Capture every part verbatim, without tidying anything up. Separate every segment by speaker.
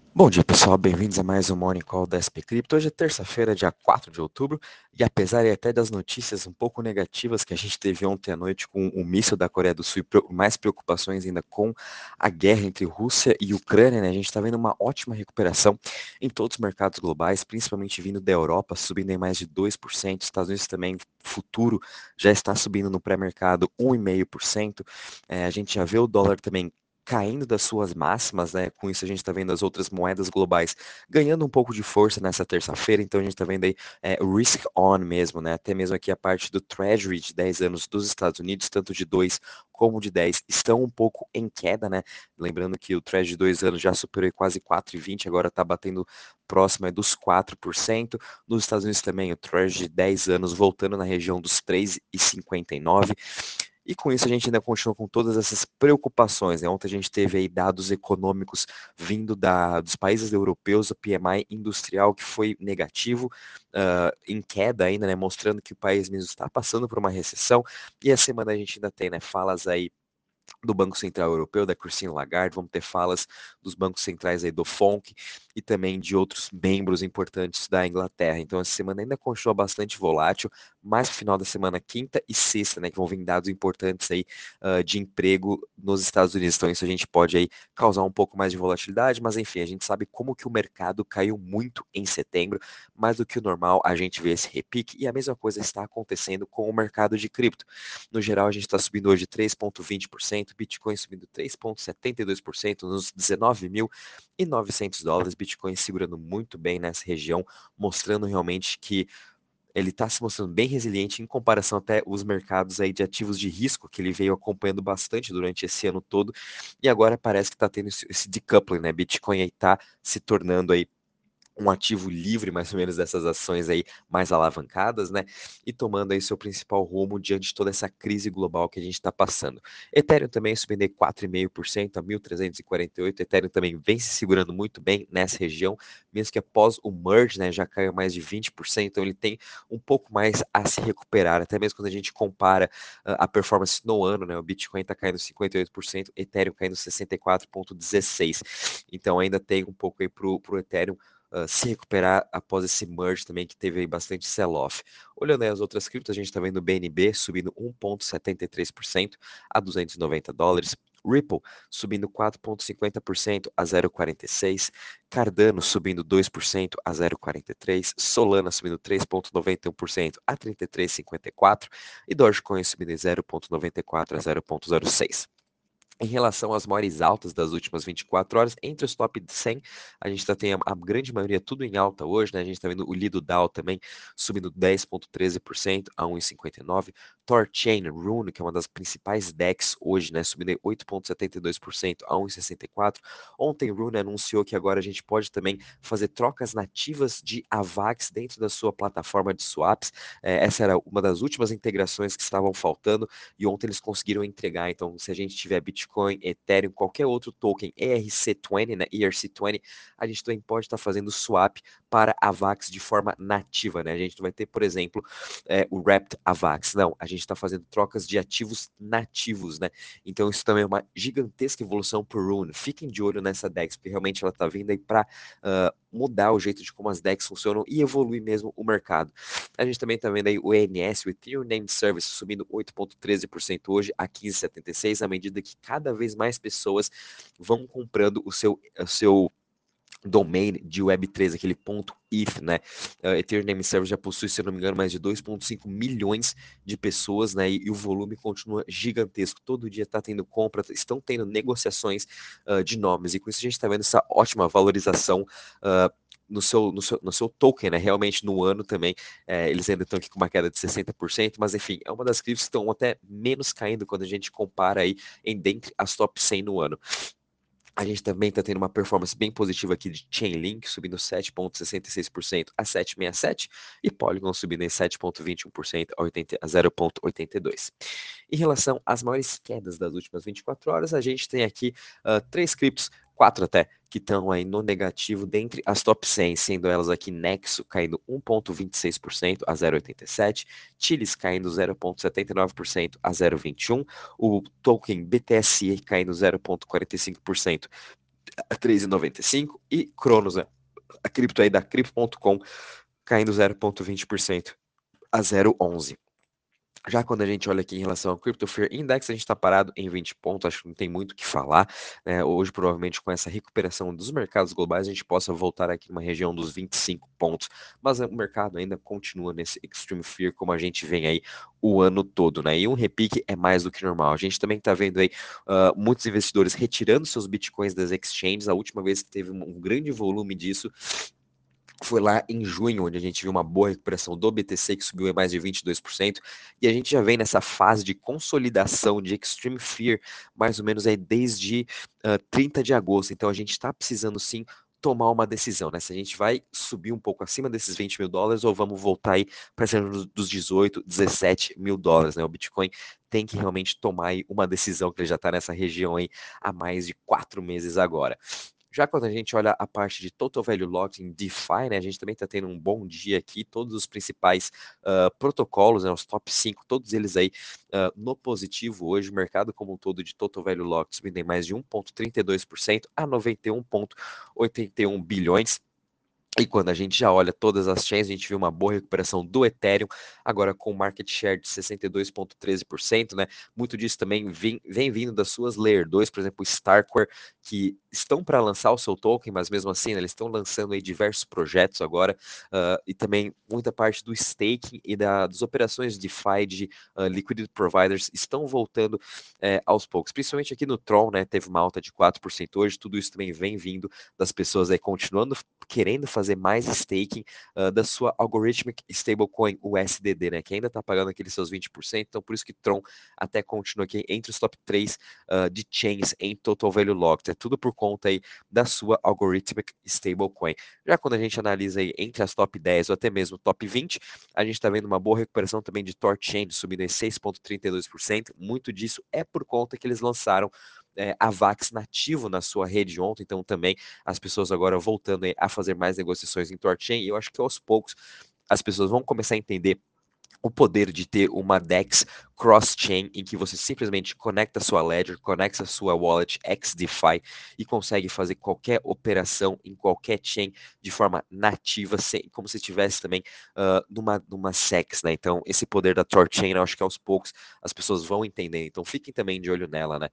Speaker 1: Bom dia, pessoal. Bem-vindos a mais um Morning Call da S P Crypto. Hoje é terça-feira, dia quatro de outubro, e apesar até das notícias um pouco negativas que a gente teve ontem à noite com o míssil da Coreia do Sul e mais preocupações ainda com a guerra entre Rússia e Ucrânia, né? A gente está vendo uma ótima recuperação em todos os mercados globais, principalmente vindo da Europa, subindo em mais de dois por cento. Estados Unidos também, futuro, já está subindo no pré-mercado um vírgula cinco por cento. É, a gente já vê o dólar também caindo das suas máximas, né? Com isso a gente está vendo as outras moedas globais ganhando um pouco de força nessa terça-feira, então a gente está vendo aí é, o risk on mesmo, né? Até mesmo aqui a parte do Treasury de dez anos dos Estados Unidos, tanto de dois como de dez, estão um pouco em queda, né? Lembrando que o Treasury de dois anos já superou quase quatro vírgula vinte, agora está batendo próximo é, dos quatro por cento. Nos Estados Unidos também o Treasury de dez anos voltando na região dos três vírgula cinquenta e nove. E com isso a gente ainda continua com todas essas preocupações, né? Ontem a gente teve aí dados econômicos vindo da, dos países europeus, o P M I industrial que foi negativo, uh, em queda ainda, né? Mostrando que o país mesmo está passando por uma recessão. E a semana a gente ainda tem, né? Falas aí do Banco Central Europeu, da Christine Lagarde, vamos ter falas dos bancos centrais aí do F O N C e também de outros membros importantes da Inglaterra. Então, essa semana ainda continua bastante volátil, mas no final da semana, quinta e sexta, né, que vão vir dados importantes aí uh, de emprego nos Estados Unidos. Então, isso a gente pode aí causar um pouco mais de volatilidade, mas enfim, a gente sabe como que o mercado caiu muito em setembro, mais do que o normal, a gente vê esse repique, e a mesma coisa está acontecendo com o mercado de cripto. No geral, a gente está subindo hoje três vírgula vinte por cento, Bitcoin subindo três vírgula setenta e dois por cento nos dezenove mil e novecentos dólares, Bitcoin segurando muito bem nessa região, mostrando realmente que ele está se mostrando bem resiliente em comparação até os mercados aí de ativos de risco, que ele veio acompanhando bastante durante esse ano todo, e agora parece que está tendo esse, esse decoupling, né? Bitcoin aí está se tornando aí um ativo livre, mais ou menos, dessas ações aí mais alavancadas, né? E tomando aí seu principal rumo diante de toda essa crise global que a gente está passando. Ethereum também subindo aí quatro vírgula cinco por cento a mil trezentos e quarenta e oito. Ethereum também vem se segurando muito bem nessa região, mesmo que após o merge, né, já caiu mais de vinte por cento, então ele tem um pouco mais a se recuperar, até mesmo quando a gente compara uh, a performance no ano, né? O Bitcoin está caindo cinquenta e oito por cento, Ethereum caindo sessenta e quatro vírgula dezesseis por cento. Então ainda tem um pouco aí pro, pro Ethereum Uh, se recuperar após esse merge também, que teve aí bastante sell-off. Olhando aí as outras criptos, a gente está vendo o B N B subindo um vírgula setenta e três por cento a duzentos e noventa dólares. Ripple subindo quatro vírgula cinquenta por cento a zero vírgula quarenta e seis. Cardano subindo dois por cento a zero vírgula quarenta e três. Solana subindo três vírgula noventa e um por cento a trinta e três vírgula cinquenta e quatro. E Dogecoin subindo zero vírgula noventa e quatro a zero vírgula zero seis. Em relação às maiores altas das últimas vinte e quatro horas, entre os top cem, a gente tá, tem a, a grande maioria tudo em alta hoje, né? A gente está vendo o Lido Dow também subindo dez vírgula treze por cento a um vírgula cinquenta e nove. Torchain, Rune, que é uma das principais D E X hoje, né? Subindo oito vírgula setenta e dois por cento a um vírgula sessenta e quatro. Ontem, Rune anunciou que agora a gente pode também fazer trocas nativas de AVAX dentro da sua plataforma de swaps. É, essa era uma das últimas integrações que estavam faltando e ontem eles conseguiram entregar. Então, se a gente tiver Bitcoin, Ethereum, qualquer outro token E R C vinte, né, E R C vinte, a gente também pode estar fazendo swap para AVAX de forma nativa, né? A gente não vai ter, por exemplo, é, o Wrapped AVAX. Não, a gente está fazendo trocas de ativos nativos, né? Então, isso também é uma gigantesca evolução por Rune. Fiquem de olho nessa D E X, porque realmente ela está vindo aí para uh, mudar o jeito de como as D E X funcionam e evoluir mesmo o mercado. A gente também está vendo aí o E N S, o Ethereum Name Service, subindo oito vírgula treze por cento hoje a quinze vírgula setenta e seis, à medida que cada vez mais pessoas vão comprando o seu, o seu domain de web três, aquele ponto .eth, né? Uh, Ethereum Name Service já possui, se eu não me engano, mais de dois vírgula cinco milhões de pessoas, né? E, e o volume continua gigantesco. Todo dia está tendo compra, estão tendo negociações uh, de nomes, e com isso a gente está vendo essa ótima valorização uh, no seu, no, seu, no seu token, né? Realmente no ano também, é, eles ainda estão aqui com uma queda de sessenta por cento, mas enfim, é uma das criptos que estão até menos caindo quando a gente compara aí em dentre as top cem no ano. A gente também está tendo uma performance bem positiva aqui de Chainlink, subindo sete vírgula sessenta e seis por cento a setecentos e sessenta e sete, e Polygon subindo em sete vírgula vinte e um por cento a, a zero vírgula oitenta e dois. Em relação às maiores quedas das últimas vinte e quatro horas, a gente tem aqui uh, três criptos, quatro até, que estão aí no negativo dentre as top cem, sendo elas aqui Nexo caindo um vírgula vinte e seis por cento a zero vírgula oitenta e sete, Chilis caindo zero vírgula setenta e nove por cento a zero vírgula vinte e um, o token B T S E caindo zero vírgula quarenta e cinco por cento a três vírgula noventa e cinco e Cronos, né, a cripto aí da Crypto ponto com, caindo zero vírgula vinte por cento a zero vírgula onze. Já quando a gente olha aqui em relação ao Crypto Fear Index, a gente está parado em vinte pontos, acho que não tem muito o que falar, né? Hoje, provavelmente, com essa recuperação dos mercados globais, a gente possa voltar aqui numa região dos vinte e cinco pontos, mas o mercado ainda continua nesse Extreme Fear, como a gente vem aí o ano todo, né? E um repique é mais do que normal. A gente também está vendo aí uh, muitos investidores retirando seus bitcoins das exchanges. A última vez que teve um, um grande volume disso foi lá em junho, onde a gente viu uma boa recuperação do B T C, que subiu em mais de vinte e dois por cento, e a gente já vem nessa fase de consolidação de Extreme Fear, mais ou menos aí desde uh, trinta de agosto. Então a gente está precisando sim tomar uma decisão, né? Se a gente vai subir um pouco acima desses vinte mil dólares ou vamos voltar aí para cima dos dezoito, dezessete mil dólares, né? O Bitcoin tem que realmente tomar aí uma decisão, que ele já está nessa região aí há mais de quatro meses agora. Já quando a gente olha a parte de Total Value Locked em DeFi, né, a gente também está tendo um bom dia aqui, todos os principais uh, protocolos, né, os top cinco, todos eles aí uh, no positivo hoje, o mercado como um todo de Total Value Locked subindo em mais de um vírgula trinta e dois por cento a noventa e um vírgula oitenta e um bilhões. E quando a gente já olha todas as chains, a gente viu uma boa recuperação do Ethereum, agora com market share de sessenta e dois vírgula treze por cento, né? Muito disso também vem, vem vindo das suas Layer dois, por exemplo, Starkware, que estão para lançar o seu token, mas mesmo assim, né, eles estão lançando aí diversos projetos agora, uh, e também muita parte do staking e da, das operações de DeFi de uh, liquidity providers estão voltando é, aos poucos, principalmente aqui no Tron, né? Teve uma alta de quatro por cento hoje, tudo isso também vem vindo das pessoas aí continuando querendo fazer mais staking uh, da sua Algorithmic Stablecoin U S D D, né, que ainda está pagando aqueles seus vinte por cento, então por isso que Tron até continua aqui entre os top três uh, de chains em Total Value Locked, é tudo por conta aí da sua Algorithmic Stablecoin. Já quando a gente analisa aí entre as top dez ou até mesmo top vinte, a gente está vendo uma boa recuperação também de Torchain, subindo em seis vírgula trinta e dois por cento, muito disso é por conta que eles lançaram é, a VAX nativo na sua rede ontem, então também as pessoas agora voltando a fazer mais negociações em Torchain, e eu acho que aos poucos as pessoas vão começar a entender o poder de ter uma DEX cross-chain, em que você simplesmente conecta a sua Ledger, conecta a sua wallet X DeFi e consegue fazer qualquer operação em qualquer chain de forma nativa, sem, como se estivesse também uh, numa, numa S E X, né? Então, esse poder da Torchain, eu acho que aos poucos as pessoas vão entender. Então, fiquem também de olho nela, né?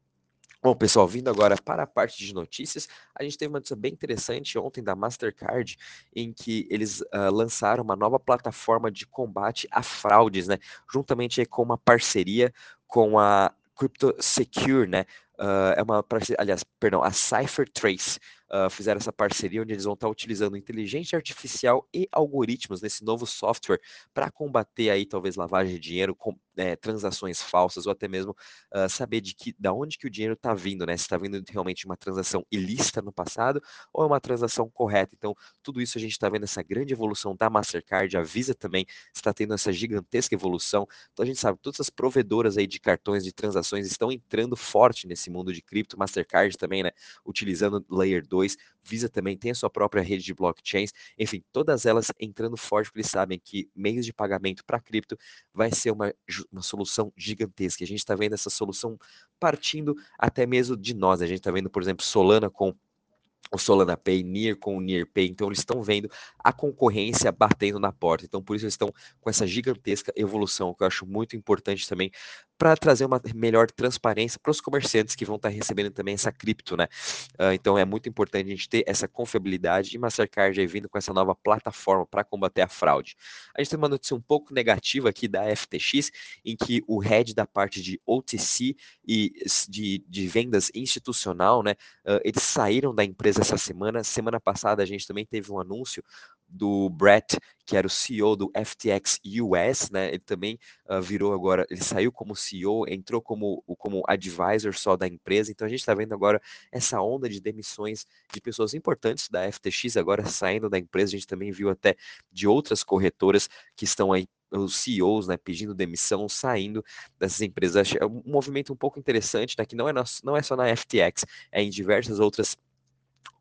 Speaker 1: Bom, pessoal, vindo agora para a parte de notícias, a gente teve uma notícia bem interessante ontem da Mastercard, em que eles uh, lançaram uma nova plataforma de combate a fraudes, né? Juntamente aí com uma parceria com a Crypto Secure, né? Uh, é uma parceria, aliás, perdão, a CipherTrace uh, fizeram essa parceria onde eles vão estar utilizando inteligência artificial e algoritmos nesse novo software para combater aí talvez lavagem de dinheiro, com, é, transações falsas ou até mesmo uh, saber de que, da onde que o dinheiro está vindo, né? Se está vindo realmente de uma transação ilícita no passado ou é uma transação correta. Então, tudo isso a gente está vendo essa grande evolução da Mastercard, a Visa também está tendo essa gigantesca evolução. Então, a gente sabe que todas as provedoras aí de cartões de transações estão entrando forte nesse mundo de cripto, Mastercard também, né? Utilizando Layer dois, Visa também tem a sua própria rede de blockchains, enfim, todas elas entrando forte porque eles sabem que meios de pagamento para cripto vai ser uma, uma solução gigantesca. A gente está vendo essa solução partindo até mesmo de nós. A gente está vendo, por exemplo, Solana com o Solana Pay, Near com o Near Pay, então eles estão vendo a concorrência batendo na porta, então por isso eles estão com essa gigantesca evolução, que eu acho muito importante também, para trazer uma melhor transparência para os comerciantes que vão estar recebendo também essa cripto, né? Uh, então é muito importante a gente ter essa confiabilidade, e Mastercard aí vindo com essa nova plataforma para combater a fraude. A gente tem uma notícia um pouco negativa aqui da F T X, em que o head da parte de O T C e de, de vendas institucional, né, uh, eles saíram da empresa essa semana. Semana passada a gente também teve um anúncio do Brett, que era o C E O do F T X U S, né? Ele também uh, virou agora, ele saiu como C E O, entrou como, como advisor só da empresa. Então a gente está vendo agora essa onda de demissões de pessoas importantes da F T X agora saindo da empresa. A gente também viu até de outras corretoras que estão aí, os C E Os, né, pedindo demissão, saindo dessas empresas. É um movimento um pouco interessante, né, que não é, no, não é só na F T X, é em diversas outras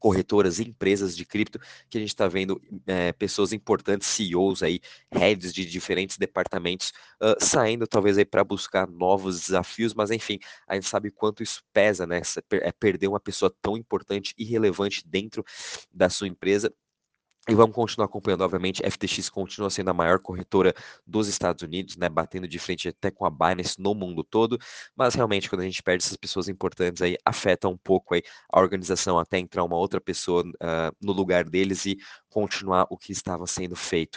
Speaker 1: corretoras e empresas de cripto, que a gente está vendo é, pessoas importantes, C E Os aí, heads de diferentes departamentos, uh, saindo talvez aí para buscar novos desafios, mas enfim, a gente sabe quanto isso pesa, né? É perder uma pessoa tão importante e relevante dentro da sua empresa. E vamos continuar acompanhando, obviamente, F T X continua sendo a maior corretora dos Estados Unidos, né, batendo de frente até com a Binance no mundo todo, mas realmente quando a gente perde essas pessoas importantes aí, afeta um pouco aí a organização até entrar uma outra pessoa uh, no lugar deles e continuar o que estava sendo feito.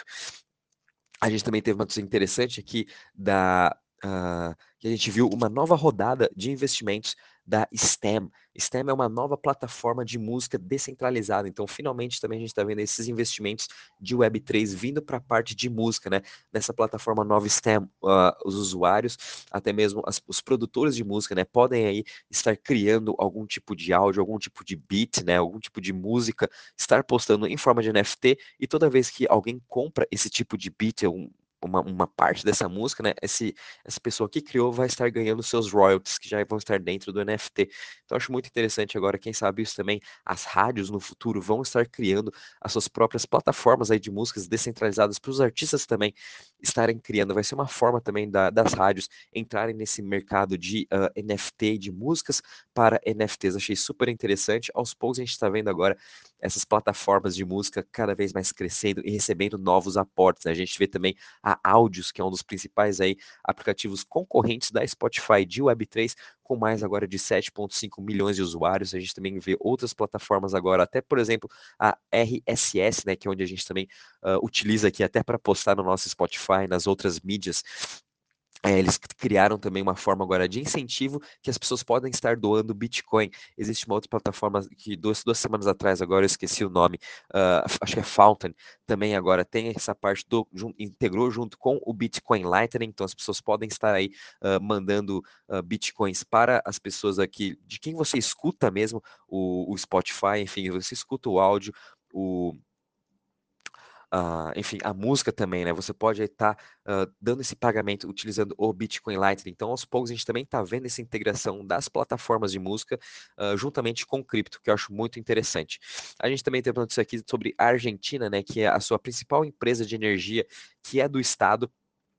Speaker 1: A gente também teve uma notícia interessante aqui da uh, que a gente viu uma nova rodada de investimentos da Stem. Stem é uma nova plataforma de música descentralizada, então finalmente também a gente está vendo esses investimentos de web três vindo para a parte de música, né? Nessa plataforma nova Stem, uh, os usuários, até mesmo as, os produtores de música, né, podem aí estar criando algum tipo de áudio, algum tipo de beat, né, algum tipo de música, estar postando em forma de N F T, e toda vez que alguém compra esse tipo de beat, um, uma, uma parte dessa música, né, esse, essa pessoa que criou vai estar ganhando seus royalties, que já vão estar dentro do N F T. Então, acho muito interessante agora, quem sabe isso também, as rádios no futuro vão estar criando as suas próprias plataformas aí de músicas descentralizadas para os artistas também estarem criando. Vai ser uma forma também da, das rádios entrarem nesse mercado de uh, N F T, de músicas para N F Ts. Achei super interessante. Aos poucos a gente está vendo agora essas plataformas de música cada vez mais crescendo e recebendo novos aportes, né? A gente vê também a Áudios, que é um dos principais aí aplicativos concorrentes da Spotify de web três, com mais agora de sete vírgula cinco milhões de usuários. A gente também vê outras plataformas agora, até por exemplo a R S S, né, que é onde a gente também uh, utiliza aqui até para postar no nosso Spotify, nas outras mídias. É, eles criaram também uma forma agora de incentivo que as pessoas podem estar doando Bitcoin. Existe uma outra plataforma que duas, duas semanas atrás, agora eu esqueci o nome, uh, acho que é Fountain, também agora tem essa parte do, jun, integrou junto com o Bitcoin Lightning, então as pessoas podem estar aí uh, mandando uh, Bitcoins para as pessoas aqui, de quem você escuta mesmo, o, o Spotify, enfim, você escuta o áudio, o Uh, enfim, a música também, né? Você pode estar uh, dando esse pagamento utilizando o Bitcoin Lightning. Então, aos poucos, a gente também está vendo essa integração das plataformas de música uh, juntamente com o cripto, que eu acho muito interessante. A gente também tem uma notícia aqui sobre a Argentina, né? Que é a sua principal empresa de energia, que é do Estado.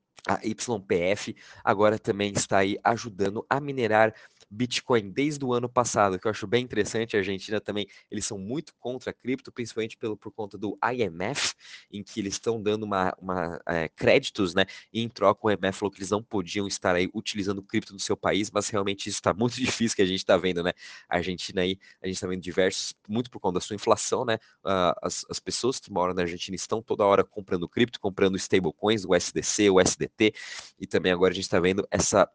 Speaker 1: A Y P F agora também está aí ajudando a minerar Bitcoin desde o ano passado, que eu acho bem interessante. A Argentina também, eles são muito contra a cripto, principalmente pelo, por conta do I M F, em que eles estão dando uma, uma é, créditos, né? E em troca o I M F falou que eles não podiam estar aí utilizando cripto no seu país, mas realmente isso está muito difícil, que a gente está vendo, né? A Argentina aí, a gente está vendo diversos, muito por conta da sua inflação, né? Uh, as, as pessoas que moram na Argentina estão toda hora comprando cripto, comprando stablecoins, o S D C, o S D T, e também agora a gente está vendo essa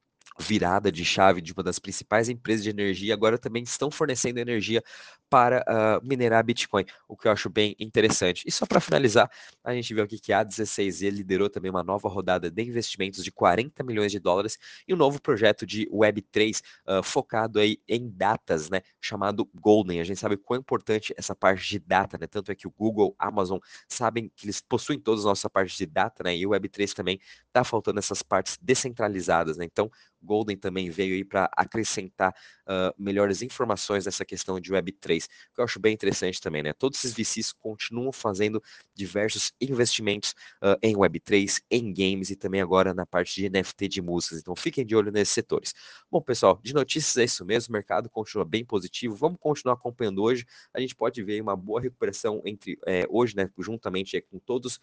Speaker 1: virada de chave de uma das principais empresas de energia, agora também estão fornecendo energia para uh, minerar Bitcoin, o que eu acho bem interessante. E só para finalizar, a gente viu aqui que a A dezesseis Z liderou também uma nova rodada de investimentos de quarenta milhões de dólares e um novo projeto de web três uh, focado aí em datas, né, chamado Golden. A gente sabe quão importante essa parte de data, né, tanto é que o Google, Amazon sabem que eles possuem toda a nossa parte de data, né, e o web três também está faltando essas partes descentralizadas, né, então Golden também veio aí para acrescentar uh, melhores informações nessa questão de web três, que eu acho bem interessante também, né? Todos esses V Cs continuam fazendo diversos investimentos uh, em web três, em games e também agora na parte de N F T de músicas, então fiquem de olho nesses setores. Bom, pessoal, de notícias é isso mesmo, o mercado continua bem positivo, vamos continuar acompanhando hoje, a gente pode ver uma boa recuperação entre é, hoje, né, juntamente é, com todos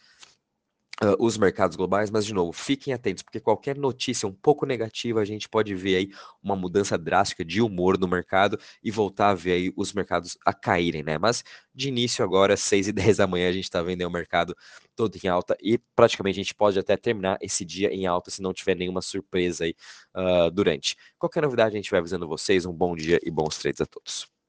Speaker 1: Uh, os mercados globais, mas de novo, fiquem atentos, porque qualquer notícia um pouco negativa, a gente pode ver aí uma mudança drástica de humor no mercado e voltar a ver aí os mercados a caírem, né? Mas de início agora, seis e dez da manhã, a gente está vendo aí o mercado todo em alta e praticamente a gente pode até terminar esse dia em alta se não tiver nenhuma surpresa aí uh, durante. Qualquer novidade a gente vai avisando vocês, um bom dia e bons trades a todos.